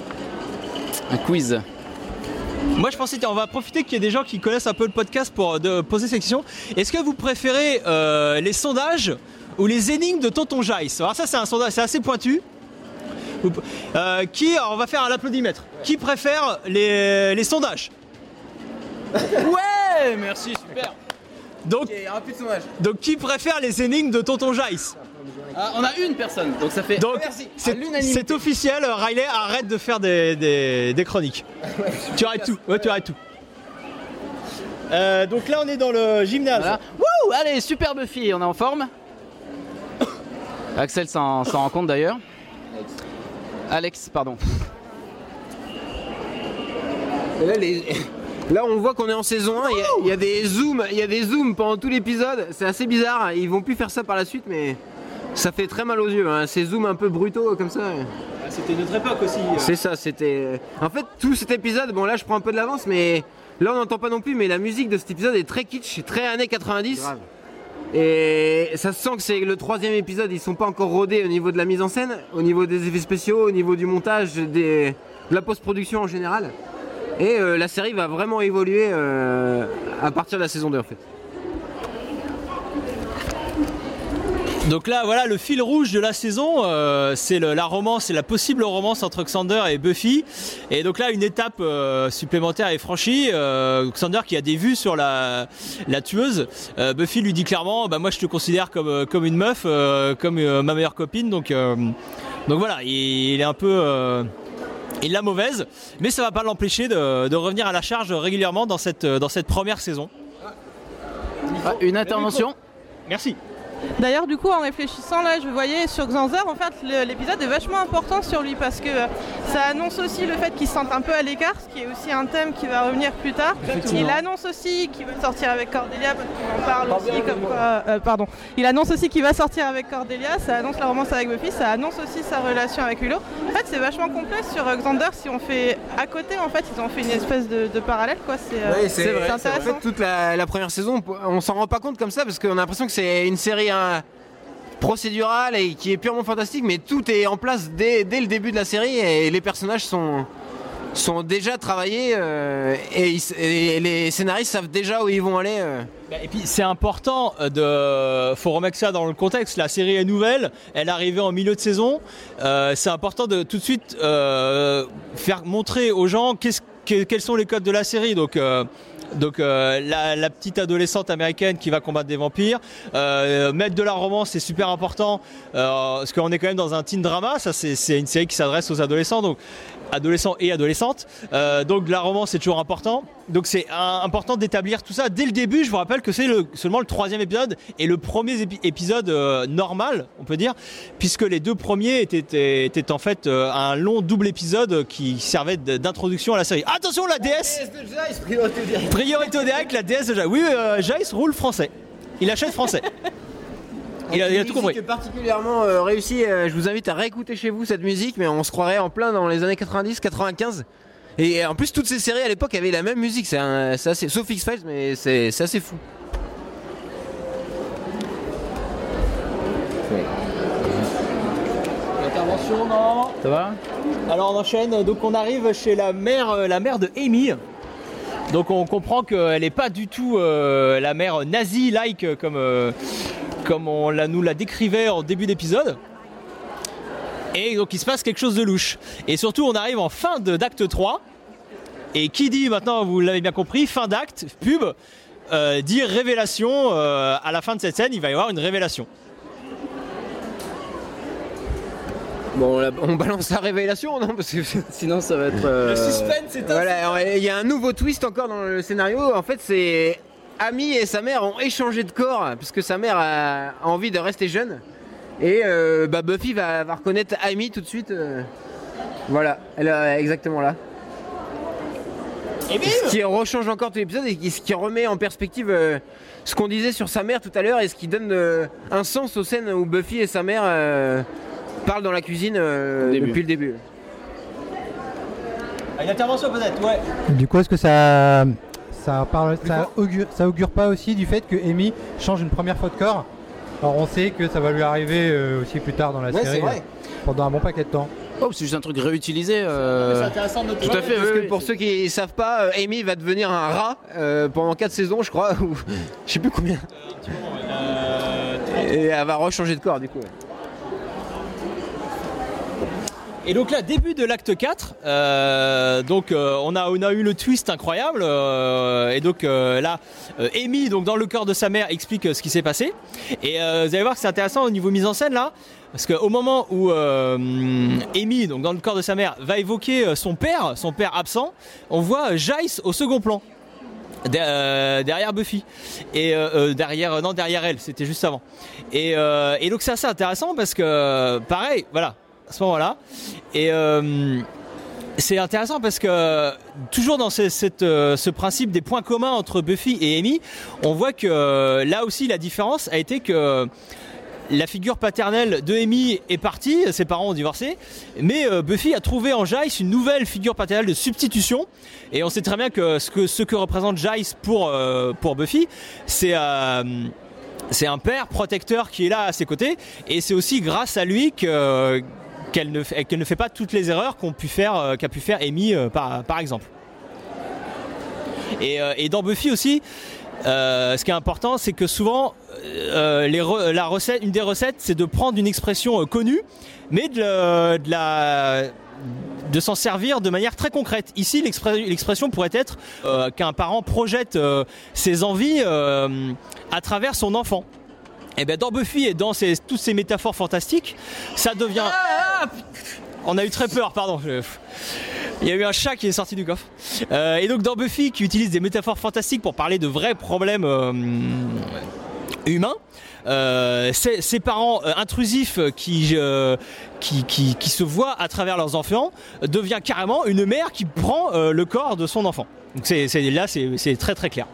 Un quiz. Moi je pensais qu'on va profiter qu'il y ait des gens qui connaissent un peu le podcast pour de poser ces questions. Est-ce que vous préférez euh, les sondages ou les énigmes de Tonton Jace? Alors ça c'est un sondage, c'est assez pointu. Euh, qui, alors on va faire un applaudimètre. Qui préfère les, les sondages? Ouais, merci, super. Donc, okay, plus de sondage. Donc qui préfère les énigmes de Tonton Jace? Ah, on a une personne, donc ça fait. Donc c'est, c'est officiel, Riley arrête de faire des, des, des chroniques. Ouais, tu arrêtes tout. Ouais, tu arrêtes tout. Euh, donc là on est dans le gymnase. Voilà. Wouh, allez, super Buffy, on est en forme. Axel s'en, s'en rend compte d'ailleurs. Alex, Alex pardon. Et là, les... là on voit qu'on est en saison un, il y, a, il y a des zooms, il y a des zooms pendant tout l'épisode, c'est assez bizarre, ils vont plus faire ça par la suite mais ça fait très mal aux yeux, hein. Ces zooms un peu brutaux comme ça. C'était une autre époque aussi. euh. C'est ça, c'était. En fait, tout cet épisode, bon là je prends un peu de l'avance, mais là on n'entend pas non plus, mais la musique de cet épisode est très kitsch, très années quatre-vingt-dix. Grave. Et ça se sent que c'est le troisième épisode, ils sont pas encore rodés au niveau de la mise en scène, au niveau des effets spéciaux, au niveau du montage, des... de la post-production en général. Et euh, la série va vraiment évoluer euh, à partir de la saison deux en fait. Donc là, voilà, le fil rouge de la saison, euh, c'est le, la romance, c'est la possible romance entre Xander et Buffy. Et donc là, une étape euh, supplémentaire est franchie. Euh, Xander qui a des vues sur la, la tueuse. Euh, Buffy lui dit clairement, bah moi je te considère comme comme une meuf, euh, comme euh, ma meilleure copine. Donc euh, donc voilà, il, il est un peu euh, il l'a mauvaise, mais ça va pas l'empêcher de, de revenir à la charge régulièrement dans cette dans cette première saison. Ah, une intervention. Merci. D'ailleurs, du coup, en réfléchissant, là, je voyais sur Xander, en fait, le- l'épisode est vachement important sur lui parce que euh, ça annonce aussi le fait qu'il se sente un peu à l'écart, ce qui est aussi un thème qui va revenir plus tard. Il annonce aussi qu'il veut sortir avec Cordelia, parce qu'on en parle aussi comme quoi. euh, pardon. Il annonce aussi qu'il va sortir avec Cordelia, ça annonce la romance avec Buffy, ça annonce aussi sa relation avec Willow. En fait, c'est vachement complet sur euh, Xander. Si on fait à côté, en fait, ils ont fait une espèce de, de parallèle, quoi. C'est euh, Oui, c'est vrai. En intéressant. fait, toute la, la première saison, on s'en rend pas compte comme ça parce qu'on a l'impression que c'est une série hein, procédurale et qui est purement fantastique, mais tout est en place dès, dès le début de la série et les personnages sont, sont déjà travaillés euh, et, ils- et les scénaristes savent déjà où ils vont aller. euh. Et puis c'est important de, faut remettre ça dans le contexte. La série est nouvelle, elle est arrivée en milieu de saison. Euh, c'est important de tout de suite euh, faire montrer aux gens qu'est-ce, que- quels sont les codes de la série. Donc euh, donc euh, la, la petite adolescente américaine qui va combattre des vampires, euh, mettre de la romance, c'est super important euh, parce qu'on est quand même dans un teen drama. Ça c'est, c'est une série qui s'adresse aux adolescents, donc adolescents et adolescentes. Euh, donc la romance c'est toujours important. Donc c'est un- important d'établir tout ça dès le début. Je vous rappelle que c'est le, seulement le troisième épisode et le premier épi- épisode euh, normal, on peut dire, puisque les deux premiers étaient, étaient, étaient en fait euh, un long double épisode qui servait de- d'introduction à la série. Attention, la déesse Priorité au direct, la déesse de Jace. Oui, euh, Jace roule français. Il achète français. Il a, il a tout compris. Musique particulièrement euh, réussie. euh, je vous invite à réécouter chez vous cette musique, mais on se croirait en plein dans les années quatre-vingt-dix, quatre-vingt-quinze. Et en plus, toutes ces séries à l'époque avaient la même musique. C'est, un, c'est assez, sauf X-Files, mais c'est, c'est assez fou. Intervention, non. Ça va? Alors on enchaîne, donc on arrive chez la mère, euh, la mère de Amy. Donc on comprend qu'elle n'est pas du tout euh, la mère nazie-like euh, comme, euh, comme on la, nous la décrivait en début d'épisode. Et donc il se passe quelque chose de louche. Et surtout on arrive en fin de, d'acte trois. Et qui dit maintenant, vous l'avez bien compris, fin d'acte, pub, euh, dit révélation. Euh, à la fin de cette scène, il va y avoir une révélation. Bon, là, on balance la révélation, non? Parce que Sinon, ça va être. euh, c'est voilà, il y a un nouveau twist encore dans le scénario. En fait, c'est Amy et sa mère ont échangé de corps parce que sa mère a envie de rester jeune. Et euh, bah, Buffy va, va reconnaître Amy tout de suite. euh. Voilà, elle est exactement là. Et bim Ce qui rechange encore tout l'épisode et ce qui remet en perspective euh, ce qu'on disait sur sa mère tout à l'heure et ce qui donne euh, un sens aux scènes où Buffy et sa mère euh, parlent dans la cuisine euh, Début. depuis le début. Une intervention peut-être, ouais. Du coup, est-ce que ça, ça, parle, ça, augure, ça augure pas aussi du fait que Amy change une première fois de corps? Alors on sait que ça va lui arriver euh, aussi plus tard dans la Ouais, série, c'est vrai. euh, pendant un bon paquet de temps. Oh, c'est juste un truc réutilisé. euh, C'est intéressant de noter. Tout à fait, Parce oui, que oui. pour ceux qui ne savent pas, euh, Amy va devenir un rat euh, pendant quatre saisons, je crois, ou je sais plus combien. Et elle va rechanger de corps du coup. ouais. Et donc là, début de l'acte quatre, euh, donc euh, on, a, on a eu le twist incroyable, euh, et donc euh, là, euh, Amy, donc dans le corps de sa mère, explique euh, ce qui s'est passé. Et euh, vous allez voir que c'est intéressant au niveau mise en scène là, parce qu'au moment où euh, Amy, donc dans le corps de sa mère, va évoquer euh, son père, son père absent, on voit Jace au second plan. De- euh, derrière Buffy et euh, euh, derrière non derrière elle, c'était juste avant. Et, euh, et donc c'est assez intéressant parce que pareil, voilà, à ce moment-là. Et euh, c'est intéressant parce que toujours dans ce, cette, euh, ce principe des points communs entre Buffy et Amy, on voit que euh, là aussi la différence a été que la figure paternelle de Amy est partie, ses parents ont divorcé, mais euh, Buffy a trouvé en Giles une nouvelle figure paternelle de substitution, et on sait très bien que ce que, ce que représente Giles pour, euh, pour Buffy, c'est... Euh, c'est un père protecteur qui est là à ses côtés, et c'est aussi grâce à lui que, qu'elle, ne, qu'elle ne fait pas toutes les erreurs qu'ont pu faire, qu'a pu faire Amy euh, par, par exemple. Et, euh, et dans Buffy aussi, euh, ce qui est important, c'est que souvent, euh, les re, la recette, une des recettes, c'est de prendre une expression euh, connue, mais de, de la... de s'en servir de manière très concrète. Ici, l'expression pourrait être euh, qu'un parent projette euh, ses envies euh, à travers son enfant. Et bien dans Buffy et dans ces, toutes ces métaphores fantastiques, ça devient... On a eu très peur, pardon. Il y a eu un chat qui est sorti du coffre. Euh, et donc dans Buffy, qui utilise des métaphores fantastiques pour parler de vrais problèmes euh, humains, Euh, ces, ces parents euh, intrusifs qui, euh, qui, qui, qui se voient à travers leurs enfants devient carrément une mère qui prend euh, le corps de son enfant. Donc c'est, c'est, là c'est, c'est très très clair.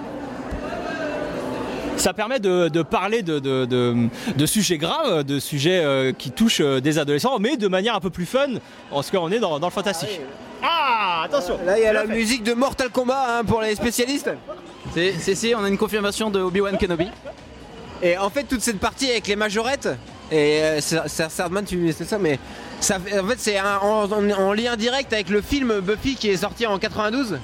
Ça permet de, de parler de, de, de, de sujets graves, de sujets euh, qui touchent euh, des adolescents, mais de manière un peu plus fun, parce qu'on est dans, dans le fantastique. Ah, attention. Là il y a la musique de Mortal Kombat hein, pour les spécialistes. C'est, c'est, c'est, on a une confirmation de Obi-Wan Kenobi. Et en fait, toute cette partie avec les majorettes, et euh, Sardman, tu c'est ça, mais ça, en fait, c'est un, en, en, en lien direct avec le film Buffy qui est sorti en quatre-vingt-douze.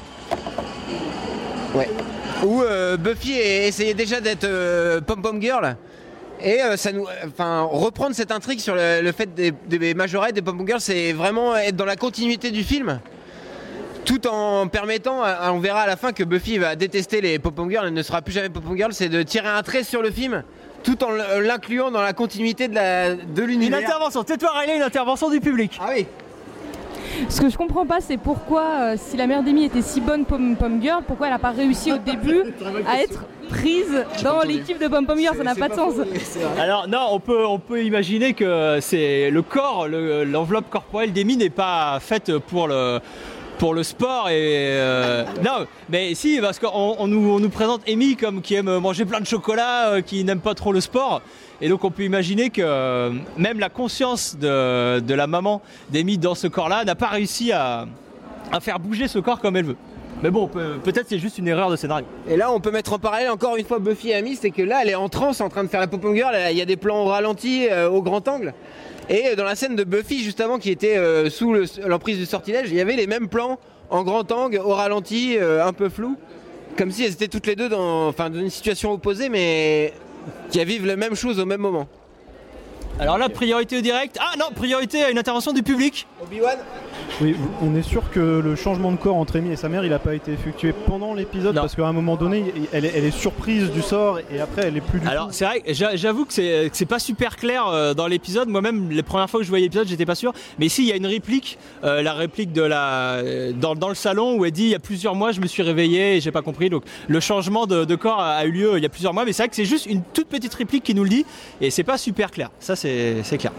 Ouais. Où euh, Buffy essayait déjà d'être euh, pom-pom girl. Et euh, ça nous, enfin, reprendre cette intrigue sur le, le fait des, des majorettes, des pom-pom girls, c'est vraiment être dans la continuité du film. Tout en permettant, on verra à la fin que Buffy va détester les pom-pom girls, elle ne sera plus jamais pom-pom girl, c'est de tirer un trait sur le film, tout en l'incluant dans la continuité de, la, de l'univers. Une intervention, tais-toi Riley, une intervention du public. Ah oui. Ce que je comprends pas, c'est pourquoi, euh, si la mère d'Amy était si bonne pom-pom girl, pourquoi elle a pas réussi au début à être prise dans l'équipe de pom-pom girl, ça n'a pas de sens. Alors non, on peut, on peut imaginer que c'est le corps, le, l'enveloppe corporelle d'Amy n'est pas faite pour le... pour le sport et euh, non mais si parce qu'on on nous, on nous présente Amy comme qui aime manger plein de chocolat, euh, qui n'aime pas trop le sport, et donc on peut imaginer que euh, même la conscience de, de la maman d'Amy dans ce corps là n'a pas réussi à, à faire bouger ce corps comme elle veut. Mais bon, peut, peut-être c'est juste une erreur de scénario. Et là on peut mettre en parallèle encore une fois Buffy et Amy, c'est que là elle est en transe en train de faire la pom-pom girl, il y a des plans au ralenti, euh, au grand angle. Et dans la scène de Buffy juste avant qui était euh, sous le, l'emprise du sortilège, il y avait les mêmes plans en grand angle, au ralenti, euh, un peu flou, comme si elles étaient toutes les deux dans, enfin, dans une situation opposée mais qui vivent la même chose au même moment. Alors là, priorité au direct. Ah non, priorité à une intervention du public. Obi-Wan. Oui, on est sûr que le changement de corps entre Amy et sa mère, il n'a pas été effectué pendant l'épisode, non. Parce qu'à un moment donné, elle est, elle est surprise du sort et après elle est plus du Alors tout. c'est vrai, j'avoue que c'est, que c'est pas super clair euh, dans l'épisode. Moi-même, les premières fois que je voyais l'épisode, j'étais pas sûr. Mais ici, il y a une réplique, euh, la réplique de la dans, dans le salon où elle dit il y a plusieurs mois, je me suis réveillée et j'ai pas compris. Donc le changement de, de corps a eu lieu il y a plusieurs mois, mais c'est vrai que c'est juste une toute petite réplique qui nous le dit et c'est pas super clair. Ça, c'est, c'est clair.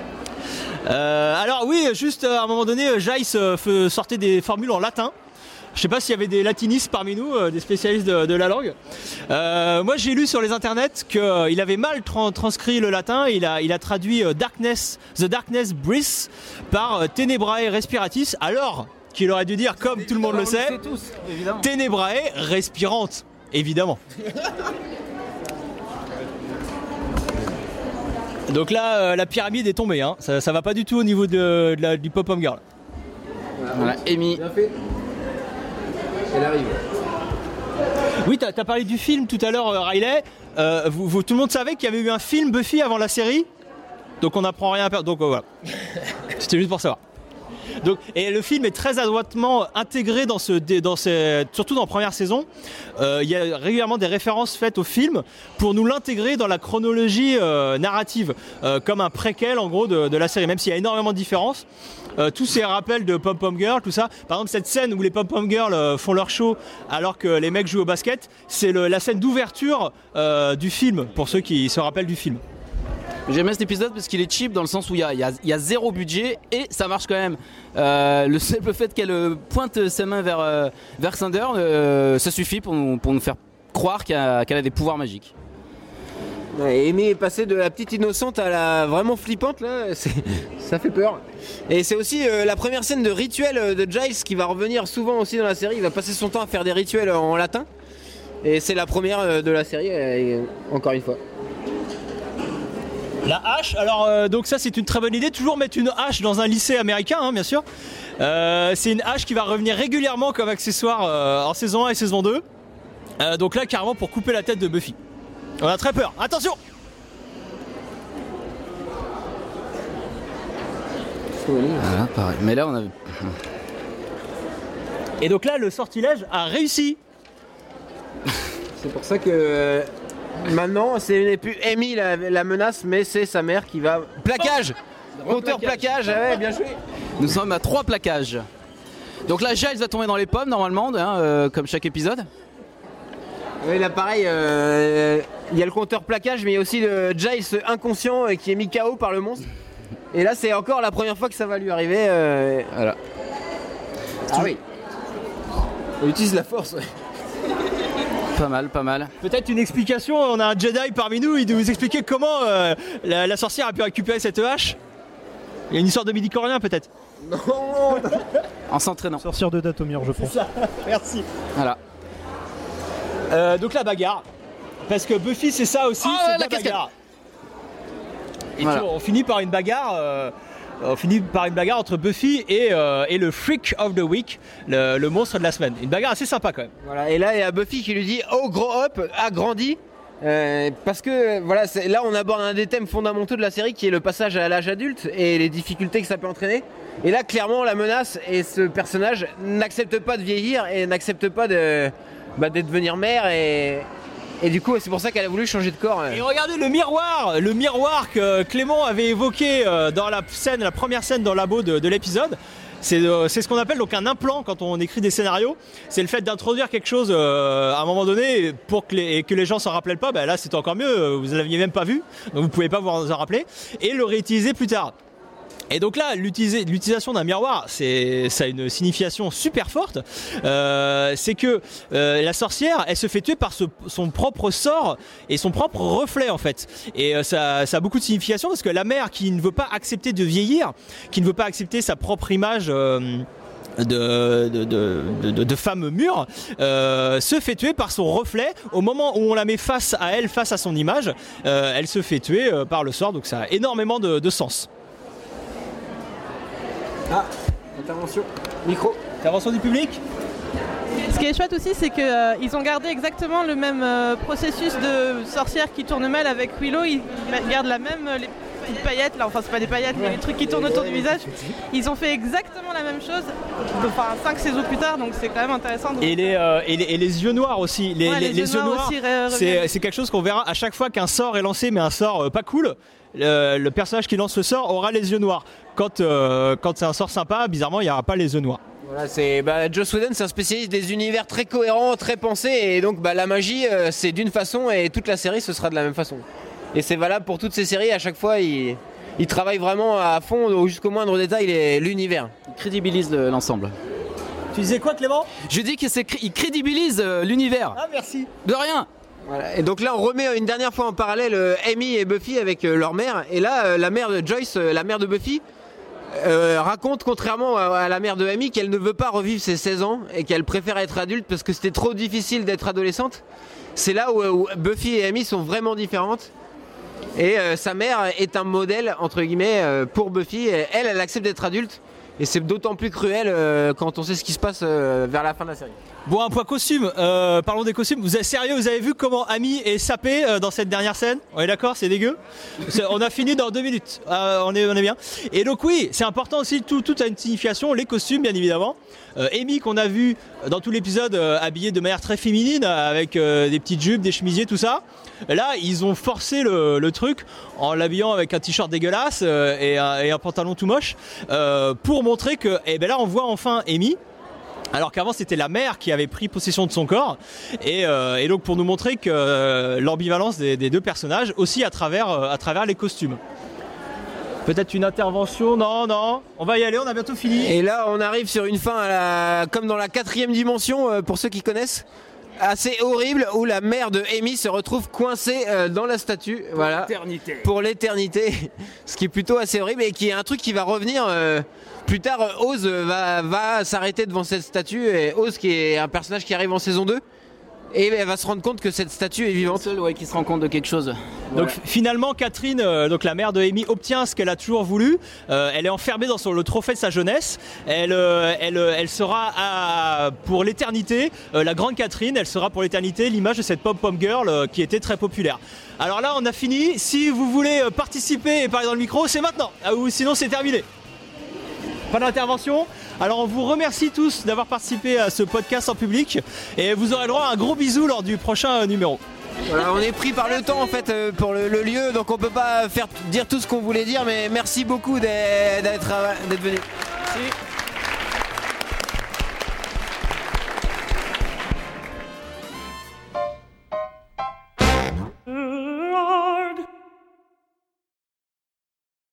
Euh, alors oui, juste à un moment donné, Giles euh, sortait des formules en latin. Je sais pas s'il y avait des latinistes parmi nous, euh, des spécialistes de, de la langue. Euh, moi j'ai lu sur les internets qu'il euh, avait mal tra- transcrit le latin. Il a, il a traduit euh, darkness, The Darkness Breath par euh, Tenebrae Respiratis, alors qu'il aurait dû dire, comme tout le monde le sait, Tenebrae Respirante, évidemment. Donc là, euh, la pyramide est tombée, hein. ça, ça va pas du tout au niveau de, de la, du pop-up girl. Voilà, Amy. Bien fait. Elle arrive. Oui, t'as, t'as parlé du film tout à l'heure, euh, Riley. Euh, vous, vous, tout le monde savait qu'il y avait eu un film Buffy avant la série, donc on n'apprend rien à perdre. Donc euh, voilà, c'était juste pour savoir. Donc, et le film est très adroitement intégré dans ce, dans ces, surtout dans la première saison. Euh, il y a régulièrement des références faites au film pour nous l'intégrer dans la chronologie euh, narrative, euh, comme un préquel en gros de, de la série, même s'il y a énormément de différences. Euh, tous ces rappels de pom-pom girl, tout ça. Par exemple, cette scène où les pom-pom girls euh, font leur show alors que les mecs jouent au basket, c'est le, la scène d'ouverture euh, du film, pour ceux qui se rappellent du film. J'aime bien cet épisode parce qu'il est cheap dans le sens où il y a, il y a, il y a zéro budget et ça marche quand même. Euh, le simple fait qu'elle euh, pointe ses mains vers, euh, vers Cinder, euh, ça suffit pour nous, pour nous faire croire qu'elle a, qu'elle a des pouvoirs magiques. Ouais, Amy est passée de la petite innocente à la vraiment flippante là, c'est... ça fait peur. Et c'est aussi euh, la première scène de rituel de Giles qui va revenir souvent aussi dans la série. Il va passer son temps à faire des rituels en latin. Et c'est la première de la série, euh, encore une fois. La hache, alors euh, donc ça c'est une très bonne idée, toujours mettre une hache dans un lycée américain, hein, bien sûr. Euh, c'est une hache qui va revenir régulièrement comme accessoire euh, en saison un et saison deux. Euh, donc là carrément pour couper la tête de Buffy. On a très peur, attention. Voilà, pareil. Mais là on a... Et donc là le sortilège a réussi. C'est pour ça que euh, maintenant ce n'est plus Amy la, la menace, mais c'est sa mère qui va... Plaquage oh Compteur plaquage, ah ouais, bien joué. Nous sommes à trois plaquages. Donc là Giles va tomber dans les pommes normalement, hein, euh, comme chaque épisode. Oui, là pareil, il euh, y a le compteur plaquage, mais il y a aussi le Giles inconscient euh, qui est mis K O par le monstre. Et là, c'est encore la première fois que ça va lui arriver. Euh, voilà. Ah oui. On utilise la force. Ouais. Pas mal, pas mal. Peut-être une explication, on a un Jedi parmi nous, il doit nous expliquer comment euh, la, la sorcière a pu récupérer cette hache. Il y a une histoire de midi-chlorien peut-être. Non. En s'entraînant. Sorcière de Datomir, je pense. C'est ça, merci. Voilà. Euh, donc la bagarre, parce que Buffy c'est ça aussi, oh, c'est la de la cascade. bagarre. Et Voilà. tu, on finit par une bagarre, euh, on finit par une bagarre entre Buffy et, euh, et le Freak of the Week, le, le monstre de la semaine. Une bagarre assez sympa quand même. Voilà, et là il y a Buffy qui lui dit oh grow up, agrandis. Euh, parce que voilà, c'est, là on aborde un des thèmes fondamentaux de la série qui est le passage à l'âge adulte et les difficultés que ça peut entraîner. Et là clairement la menace et ce personnage n'accepte pas de vieillir et n'accepte pas de, bah, de devenir mère et, et du coup c'est pour ça qu'elle a voulu changer de corps. Et regardez le miroir, le miroir que Clément avait évoqué dans la scène, la première scène dans le labo de, de l'épisode. C'est, euh, c'est ce qu'on appelle donc un implant quand on écrit des scénarios. C'est le fait d'introduire quelque chose euh, à un moment donné pour que les, et que les gens s'en rappellent pas. Ben là c'est encore mieux, vous ne l'aviez même pas vu, donc vous pouvez pas vous en rappeler et le réutiliser plus tard. Et donc là, l'utilisation d'un miroir, c'est, ça a une signification super forte. Euh, c'est que euh, la sorcière, elle se fait tuer par ce, son propre sort et son propre reflet en fait. Et euh, ça, ça a beaucoup de signification parce que la mère qui ne veut pas accepter de vieillir, qui ne veut pas accepter sa propre image. Euh, De, de, de, de, de femme mûre euh, se fait tuer par son reflet au moment où on la met face à elle, face à son image. Euh, elle se fait tuer euh, par le sort, donc ça a énormément de, de sens. Ah, intervention, micro. Intervention du public. Ce qui est chouette aussi, c'est qu'ils euh, ont gardé exactement le même euh, processus de sorcière qui tourne mal avec Willow. Ils gardent la même, les petites paillettes, là, enfin c'est pas des paillettes, mais les trucs qui tournent autour du visage. Ils ont fait exactement la même chose, enfin cinq saisons plus tard, donc c'est quand même intéressant. De... Et, les, euh, et, les, et les yeux noirs aussi. Les, ouais, les, les, les yeux yeux noirs, aussi, re- c'est, c'est quelque chose qu'on verra à chaque fois qu'un sort est lancé, mais un sort euh, pas cool. Le, le personnage qui lance le sort aura les yeux noirs. Quand, euh, quand c'est un sort sympa, bizarrement, il n'y aura pas les yeux noirs. Voilà, c'est bah, Joss Whedon, c'est un spécialiste des univers très cohérents, très pensés, et donc bah, la magie, euh, c'est d'une façon, et toute la série, ce sera de la même façon. Et c'est valable pour toutes ces séries. À chaque fois, il, il travaille vraiment à fond, jusqu'au moindre détail, les, l'univers. Il crédibilise le, l'ensemble. Tu disais quoi, Clément ? Je dis qu'il crédibilise euh, l'univers. Ah, merci. De rien. Voilà. Et donc là on remet une dernière fois en parallèle euh, Amy et Buffy avec euh, leur mère, et là euh, la mère de Joyce, euh, la mère de Buffy euh, raconte contrairement à, à la mère de Amy qu'elle ne veut pas revivre ses seize ans et qu'elle préfère être adulte parce que c'était trop difficile d'être adolescente. C'est là où, où Buffy et Amy sont vraiment différentes et euh, sa mère est un modèle entre guillemets euh, pour Buffy. Elle, elle accepte d'être adulte et c'est d'autant plus cruel euh, quand on sait ce qui se passe euh, vers la fin de la série. Bon, un point costume, euh, parlons des costumes. Vous êtes sérieux, vous avez vu comment Amy est sapée euh, dans cette dernière scène ? On est d'accord, c'est dégueu. C'est, on a fini dans deux minutes, euh, on, est, on est bien. Et donc oui, c'est important aussi, tout, tout a une signification, les costumes bien évidemment. Euh, Amy qu'on a vu dans tout l'épisode euh, habillée de manière très féminine, avec euh, des petites jupes, des chemisiers, tout ça. Là, ils ont forcé le, le truc en l'habillant avec un t-shirt dégueulasse euh, et, un, et un pantalon tout moche euh, pour montrer que, eh ben là on voit enfin Amy. Alors qu'avant c'était la mère qui avait pris possession de son corps et, euh, et donc pour nous montrer que euh, l'ambivalence des, des deux personnages aussi à travers, euh, à travers les costumes. Peut-être une intervention, non, non, on va y aller, on a bientôt fini. Et là on arrive sur une fin à la... comme dans la quatrième dimension euh, pour ceux qui connaissent. assez horrible où la mère de Amy se retrouve coincée euh, dans la statue. Pour voilà. l'éternité. Pour l'éternité. Ce qui est plutôt assez horrible et qui est un truc qui va revenir. Euh, plus tard, Oz va, va s'arrêter devant cette statue. Et Oz, qui est un personnage qui arrive en saison deux. Et elle va se rendre compte que cette statue est vivante. C'est le seul ouais, qui se rend compte de quelque chose. Donc voilà. Finalement, Catherine, euh, donc la mère de Amy, obtient ce qu'elle a toujours voulu. Euh, elle est enfermée dans son, le trophée de sa jeunesse. Elle, euh, elle, elle sera à, pour l'éternité, euh, la grande Catherine, elle sera pour l'éternité l'image de cette pom-pom girl euh, qui était très populaire. Alors là, on a fini. Si vous voulez participer et parler dans le micro, c'est maintenant. Ah, ou sinon, c'est terminé. Pas d'intervention. Alors on vous remercie tous d'avoir participé à ce podcast en public et vous aurez le droit à un gros bisou lors du prochain numéro. Voilà, on est pris par le temps en fait euh, pour le, le lieu, donc on peut pas faire dire tout ce qu'on voulait dire, mais merci beaucoup d'être, d'être venu. Merci.